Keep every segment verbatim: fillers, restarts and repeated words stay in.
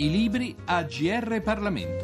I libri a G R Parlamento.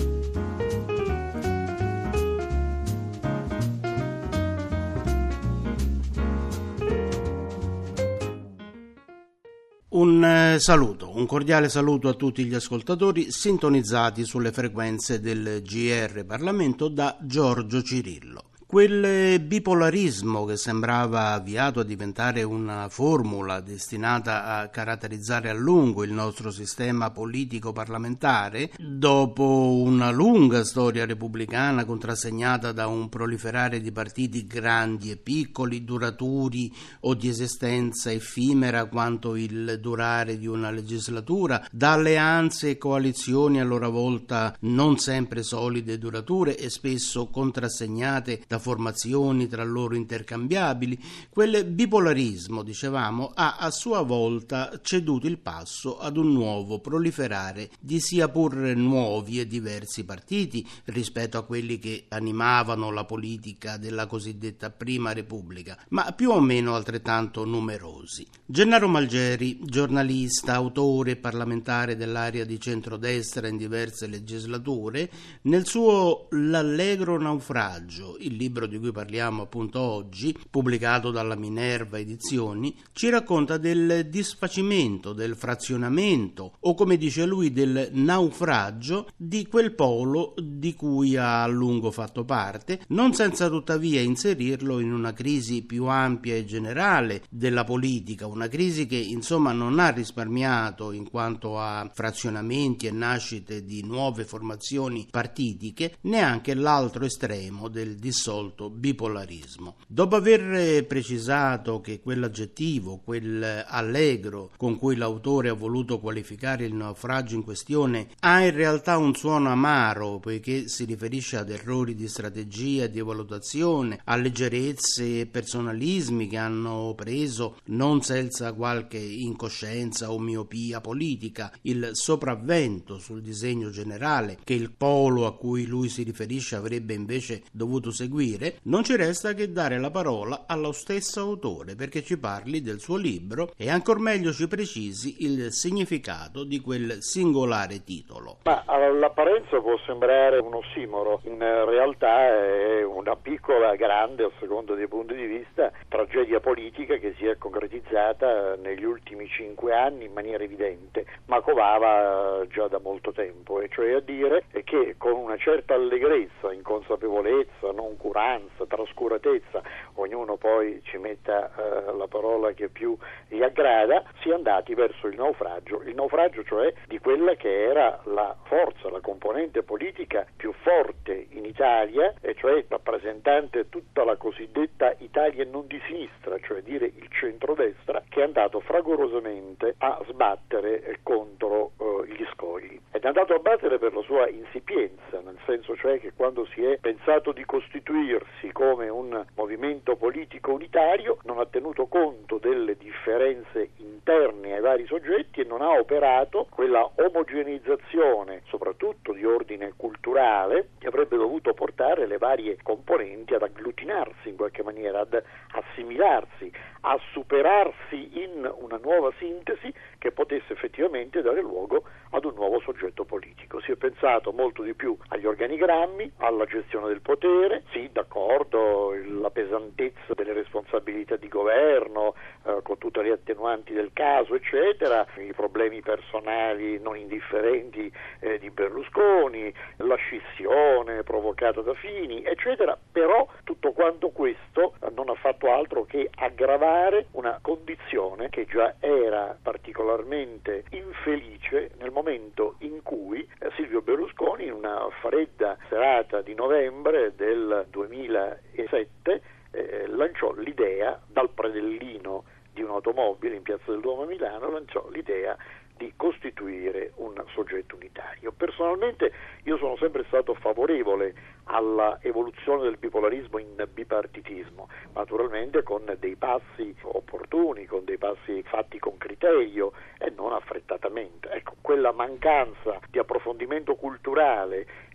Un eh, saluto, un cordiale saluto a tutti gli ascoltatori sintonizzati sulle frequenze del G R Parlamento da Giorgio Cirillo. Quel bipolarismo che sembrava avviato a diventare una formula destinata a caratterizzare a lungo il nostro sistema politico-parlamentare, dopo una lunga storia repubblicana contrassegnata da un proliferare di partiti grandi e piccoli, duraturi o di esistenza effimera quanto il durare di una legislatura, da alleanze e coalizioni a loro volta non sempre solide e durature e spesso contrassegnate da formazioni tra loro intercambiabili, quel bipolarismo, dicevamo, ha a sua volta ceduto il passo ad un nuovo proliferare di sia pur nuovi e diversi partiti rispetto a quelli che animavano la politica della cosiddetta Prima Repubblica, ma più o meno altrettanto numerosi. Gennaro Malgeri, giornalista, autore e parlamentare dell'area di centrodestra in diverse legislature, nel suo L'allegro naufragio, il libro di cui parliamo appunto oggi, pubblicato dalla Minerva Edizioni, ci racconta del disfacimento, del frazionamento o, come dice lui, del naufragio di quel polo di cui ha a lungo fatto parte, non senza tuttavia inserirlo in una crisi più ampia e generale della politica, una crisi che insomma non ha risparmiato in quanto a frazionamenti e nascite di nuove formazioni partitiche, neanche l'altro estremo del dissolto bipolarismo. Dopo aver precisato che quell'aggettivo, quel allegro con cui l'autore ha voluto qualificare il naufragio in questione ha in realtà un suono amaro, poiché si riferisce ad errori di strategia e di valutazione, a leggerezze e personalismi che hanno preso, non senza qualche incoscienza o miopia politica, il sopravvento sul disegno generale che il polo a cui lui si riferisce avrebbe invece dovuto seguire, non ci resta che dare la parola allo stesso autore perché ci parli del suo libro e ancor meglio ci precisi il significato di quel singolare titolo. Ma all'apparenza può sembrare un ossimoro, in realtà è una piccola, grande, a seconda dei punti di vista, tragedia politica che si è concretizzata negli ultimi cinque anni in maniera evidente, ma covava già da molto tempo, e cioè a dire che con una certa allegrezza, inconsapevolezza, noncuranza, trascuratezza, ognuno poi ci metta eh, la parola che più gli aggrada, si è andati verso il naufragio, il naufragio cioè di quella che era la forza, la componente politica più forte in Italia, e cioè rappresentante tutta la cosiddetta Italia non di sinistra, cioè dire il centrodestra, che è andato fragorosamente a sbattere contro eh, gli scogli. Ed è andato a battere per la sua insipienza, nel senso cioè che quando si è pensato di costituirsi come un movimento politico unitario non ha tenuto conto delle differenze interne ai vari soggetti e non ha operato quella omogeneizzazione, soprattutto di ordine culturale, che avrebbe dovuto portare le varie componenti ad agglutinarsi in qualche maniera, ad assimilarsi, a superarsi in una nuova sintesi che potesse effettivamente dare luogo ad un nuovo soggetto politico. Si è pensato molto di più agli organigrammi, alla gestione del potere, sì, d'accordo, la pesantezza delle responsabilità di governo, eh, con tutte le attenuanti del caso, eccetera, i problemi personali non indifferenti eh, di Berlusconi, la scissione provocata da Fini, eccetera, però tutto quanto questo non ha fatto altro che aggravare una condizione che già era particolarmente infelice nel momento in cui eh, Silvio Berlusconi, in una fredda serata di novembre del duemilasette, eh, lanciò l'idea dal predellino di un'automobile in Piazza del Duomo a Milano, lanciò l'idea di costituire un soggetto unitario. Personalmente io sono sempre stato favorevole alla evoluzione del bipolarismo in bipartitismo, naturalmente con dei passi opportuni, con dei passi fatti con criterio e non affrettatamente. Ecco, quella mancanza di approfondimento culturale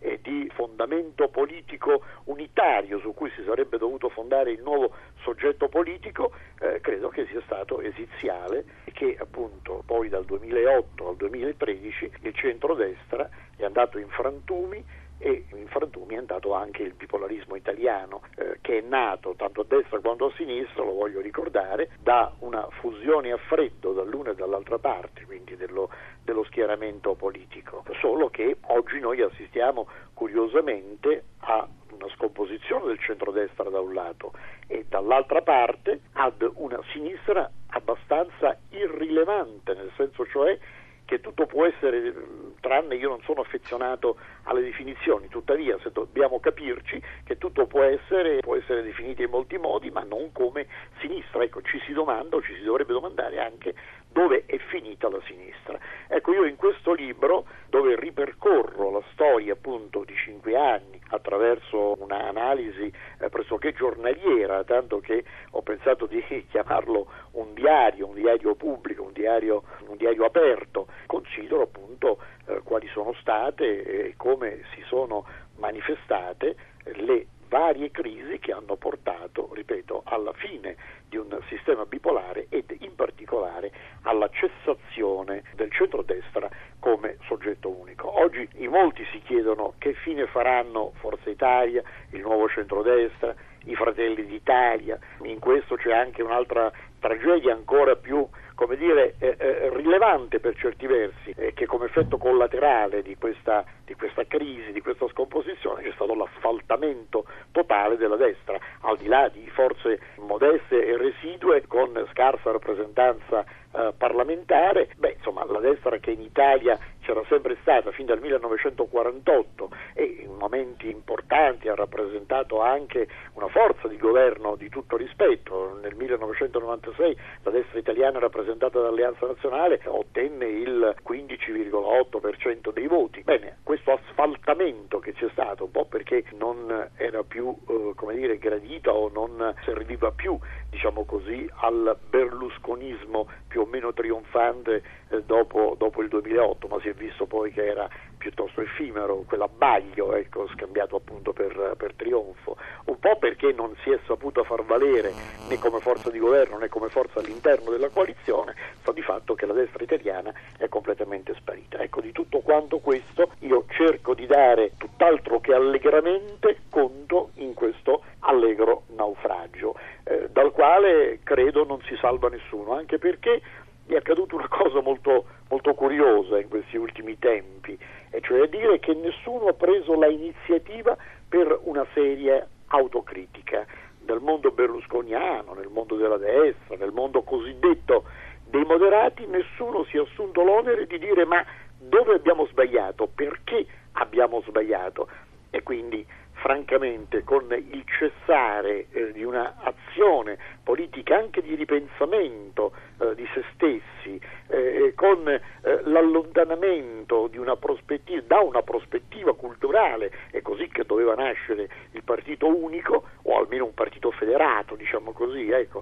e di fondamento politico unitario su cui si sarebbe dovuto fondare il nuovo soggetto politico, eh, credo che sia stato esiziale e che appunto poi dal duemilaotto al duemilatredici il centrodestra è andato in frantumi, e in frantumi è andato anche il bipolarismo italiano, eh, che è nato tanto a destra quanto a sinistra, lo voglio ricordare, da una fusione a freddo dall'una e dall'altra parte, quindi dello, dello schieramento politico, solo che oggi noi assistiamo curiosamente a una scomposizione del centrodestra da un lato e dall'altra parte ad una sinistra abbastanza irrilevante, nel senso cioè che tutto può essere, tranne io non sono affezionato alle definizioni, tuttavia se dobbiamo capirci che tutto può essere, può essere definito in molti modi, ma non come sinistra. Ecco, ci si domanda o ci si dovrebbe domandare anche dove è finita la sinistra. Ecco, io in questo libro, dove ripercorro la storia appunto di cinque anni attraverso un'analisi eh, pressoché giornaliera, tanto che ho pensato di chiamarlo un diario, un diario pubblico, un diario, un diario aperto, considero appunto eh, quali sono state e come si sono manifestate le varie crisi che hanno portato, ripeto, alla fine di un sistema bipolare ed in particolare alla cessazione del centrodestra come soggetto unico. Oggi in molti si chiedono che fine faranno Forza Italia, il nuovo centrodestra, i Fratelli d'Italia. In questo c'è anche un'altra tragedia ancora più, come dire, eh, eh, rilevante per certi versi, eh, che come effetto collaterale di questa, di questa crisi, di questa scomposizione, c'è stato l'asfaltamento totale della destra, al di là di forze modeste e residue con scarsa rappresentanza eh, parlamentare. Beh, insomma, la destra che in Italia c'era sempre stata fin dal millenovecentoquarantotto e in momenti importanti ha rappresentato anche una forza di governo di tutto rispetto. Nel millenovecentonovantasei la destra italiana rappresentata dall'Alleanza Nazionale ottenne il quindici virgola otto per cento dei voti. Bene, questo asfaltamento che c'è stato, un po' perché non era più eh, come dire gradita o non serviva più, diciamo così, al berlusconismo più o meno trionfante eh, dopo, dopo il duemilaotto, ma si è visto poi che era piuttosto effimero, quell'abbaglio, ecco, scambiato appunto per, per trionfo, un po' perché non si è saputo far valere né come forza di governo né come forza all'interno della coalizione, sta di fatto che la destra italiana è completamente sparita. Ecco, di tutto quanto questo io cerco di dare tutt'altro che allegramente conto in questo allegro naufragio, eh, dal quale credo non si salva nessuno, anche perché è accaduta una cosa molto, molto curiosa in questi ultimi tempi, e cioè dire che nessuno ha preso la iniziativa per una seria autocritica. Nel mondo berlusconiano, nel mondo della destra, nel mondo cosiddetto dei moderati, nessuno si è assunto l'onere di dire ma dove abbiamo sbagliato, perché abbiamo sbagliato, e quindi francamente con il cessare eh, di una azione politica anche di ripensamento eh, di se stessi, eh, con eh, l'allontanamento di una prospettiva, da una prospettiva culturale, è così che doveva nascere il partito unico, o almeno un partito federato, diciamo così, ecco,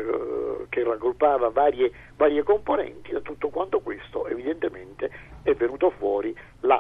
eh, che raggruppava varie, varie componenti. Da tutto quanto questo evidentemente è venuto fuori la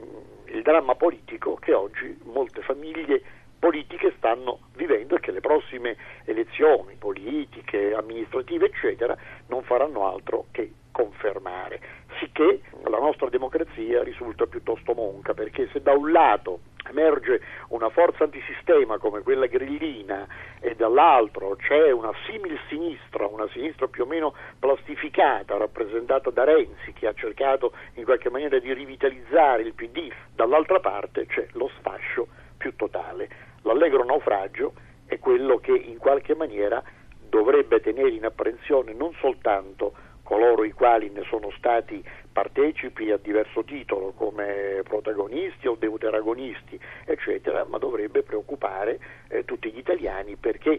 il dramma politico che oggi molte famiglie politiche stanno vivendo e che le prossime elezioni politiche, amministrative, eccetera, non faranno altro che confermare. Sicché la nostra democrazia risulta piuttosto monca, perché se da un lato emerge una forza antisistema come quella grillina e dall'altro c'è una simil sinistra, una sinistra più o meno plastificata, rappresentata da Renzi, che ha cercato in qualche maniera di rivitalizzare il P D, dall'altra parte c'è lo sfascio più totale. L'allegro naufragio è quello che in qualche maniera dovrebbe tenere in apprensione non soltanto coloro i quali ne sono stati partecipi a diverso titolo come protagonisti o deuteragonisti, eccetera, ma dovrebbe preoccupare eh, tutti gli italiani, perché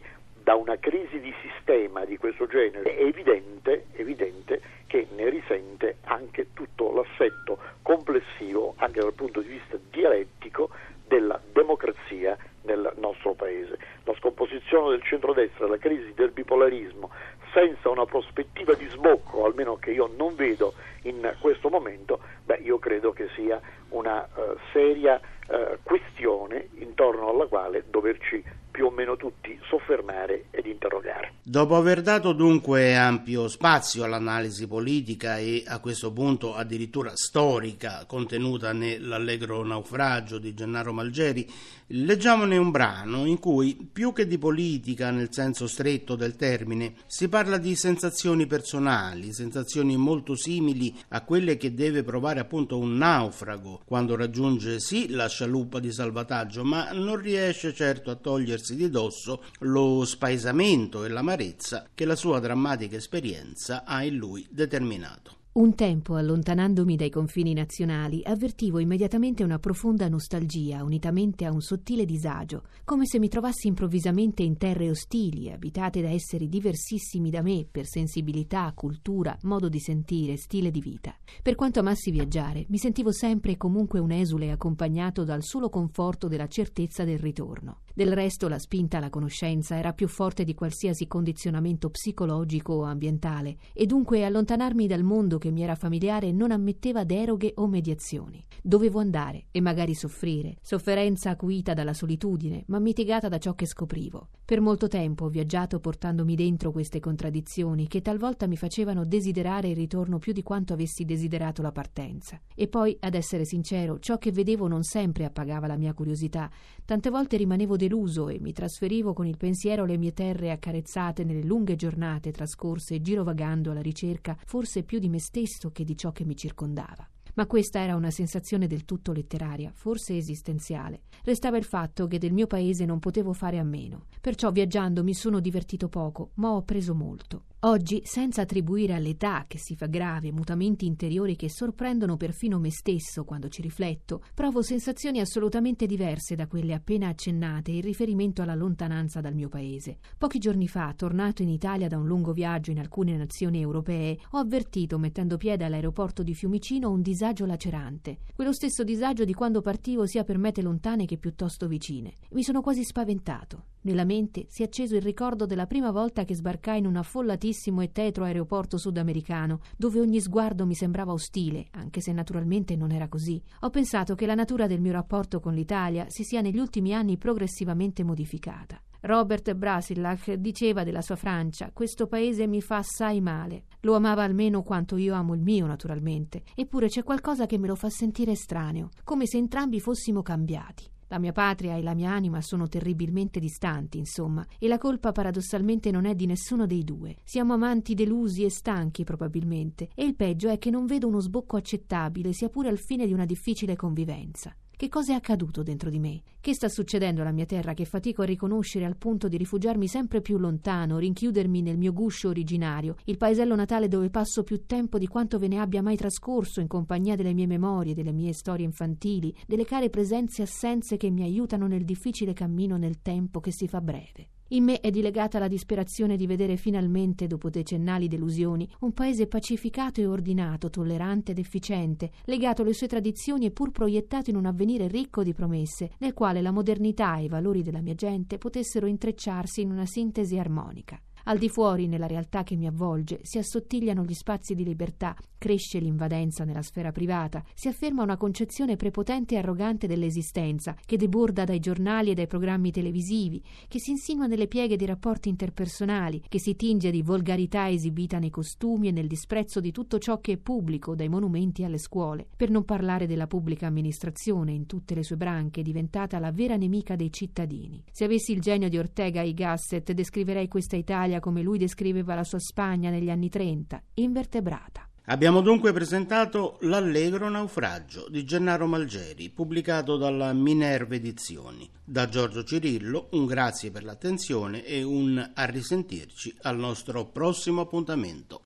da una crisi di sistema di questo genere, è evidente, evidente che ne risente anche tutto l'assetto complessivo, anche dal punto di vista dialettico, della democrazia nel nostro paese. La scomposizione del centrodestra, la crisi del bipolarismo, senza una prospettiva di sbocco, almeno che io non vedo in questo momento, beh, io credo che sia una uh, seria uh, questione intorno alla quale doverci più o meno tutti soffermare ed interrogare. Dopo aver dato dunque ampio spazio all'analisi politica e a questo punto addirittura storica contenuta nell'Allegro naufragio di Gennaro Malgeri, leggiamone un brano in cui, più che di politica nel senso stretto del termine, si parla di sensazioni personali, sensazioni molto simili a quelle che deve provare appunto un naufrago quando raggiunge sì la scialuppa di salvataggio, ma non riesce certo a togliersi di dosso lo spaesamento e l'amarezza che la sua drammatica esperienza ha in lui determinato. Un tempo, allontanandomi dai confini nazionali, avvertivo immediatamente una profonda nostalgia, unitamente a un sottile disagio, come se mi trovassi improvvisamente in terre ostili, abitate da esseri diversissimi da me per sensibilità, cultura, modo di sentire, stile di vita. Per quanto amassi viaggiare, mi sentivo sempre e comunque un esule accompagnato dal solo conforto della certezza del ritorno. Del resto, la spinta alla conoscenza era più forte di qualsiasi condizionamento psicologico o ambientale, e dunque allontanarmi dal mondo che mi era familiare non ammetteva deroghe o mediazioni. Dovevo andare e magari soffrire, sofferenza acuita dalla solitudine, ma mitigata da ciò che scoprivo. Per molto tempo ho viaggiato portandomi dentro queste contraddizioni che talvolta mi facevano desiderare il ritorno più di quanto avessi desiderato la partenza. E poi, ad essere sincero, ciò che vedevo non sempre appagava la mia curiosità. Tante volte rimanevo deluso e mi trasferivo con il pensiero alle mie terre accarezzate nelle lunghe giornate trascorse girovagando alla ricerca forse più di me stesso che di ciò che mi circondava. Ma questa era una sensazione del tutto letteraria, forse esistenziale. Restava il fatto che del mio paese non potevo fare a meno. Perciò viaggiando mi sono divertito poco, ma ho appreso molto. Oggi, senza attribuire all'età che si fa grave mutamenti interiori che sorprendono perfino me stesso quando ci rifletto, provo sensazioni assolutamente diverse da quelle appena accennate in riferimento alla lontananza dal mio paese. Pochi giorni fa, tornato in Italia da un lungo viaggio in alcune nazioni europee, ho avvertito, mettendo piede all'aeroporto di Fiumicino, un disagio lacerante. Quello stesso disagio di quando partivo sia per mete lontane che piuttosto vicine. Mi sono quasi spaventato. Nella mente si è acceso il ricordo della prima volta che sbarcai in un affollatissimo e tetro aeroporto sudamericano, dove ogni sguardo mi sembrava ostile, anche se naturalmente non era così. Ho pensato che la natura del mio rapporto con l'Italia si sia negli ultimi anni progressivamente modificata. Robert Brasillach diceva della sua Francia: questo paese mi fa assai male. Lo amava almeno quanto io amo il mio, naturalmente, eppure c'è qualcosa che me lo fa sentire estraneo, come se entrambi fossimo cambiati. La mia patria e la mia anima sono terribilmente distanti, insomma, e la colpa paradossalmente non è di nessuno dei due. Siamo amanti delusi e stanchi, probabilmente, e il peggio è che non vedo uno sbocco accettabile, sia pure al fine di una difficile convivenza. Che cosa è accaduto dentro di me? Che sta succedendo alla mia terra che fatico a riconoscere al punto di rifugiarmi sempre più lontano, rinchiudermi nel mio guscio originario, il paesello natale dove passo più tempo di quanto ve ne abbia mai trascorso in compagnia delle mie memorie, delle mie storie infantili, delle care presenze e assenze che mi aiutano nel difficile cammino nel tempo che si fa breve. In me è dilegata la disperazione di vedere finalmente, dopo decennali delusioni, un paese pacificato e ordinato, tollerante ed efficiente, legato alle sue tradizioni e pur proiettato in un avvenire ricco di promesse, nel quale la modernità e i valori della mia gente potessero intrecciarsi in una sintesi armonica. Al di fuori, nella realtà che mi avvolge, si assottigliano gli spazi di libertà, cresce l'invadenza nella sfera privata, si afferma una concezione prepotente e arrogante dell'esistenza, che deborda dai giornali e dai programmi televisivi, che si insinua nelle pieghe di rapporti interpersonali, che si tinge di volgarità esibita nei costumi e nel disprezzo di tutto ciò che è pubblico, dai monumenti alle scuole. Per non parlare della pubblica amministrazione, in tutte le sue branche, diventata la vera nemica dei cittadini. Se avessi il genio di Ortega y Gasset, descriverei questa Italia come lui descriveva la sua Spagna negli anni trenta, invertebrata. Abbiamo dunque presentato L'Allegro naufragio di Gennaro Malgeri, pubblicato dalla Minerva Edizioni. Da Giorgio Cirillo un grazie per l'attenzione e un a risentirci al nostro prossimo appuntamento.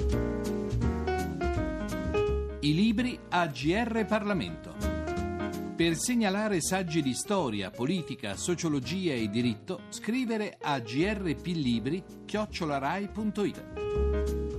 I libri a G R Parlamento. Per segnalare saggi di storia, politica, sociologia e diritto, scrivere a grpillibri chiocciola rai punto it.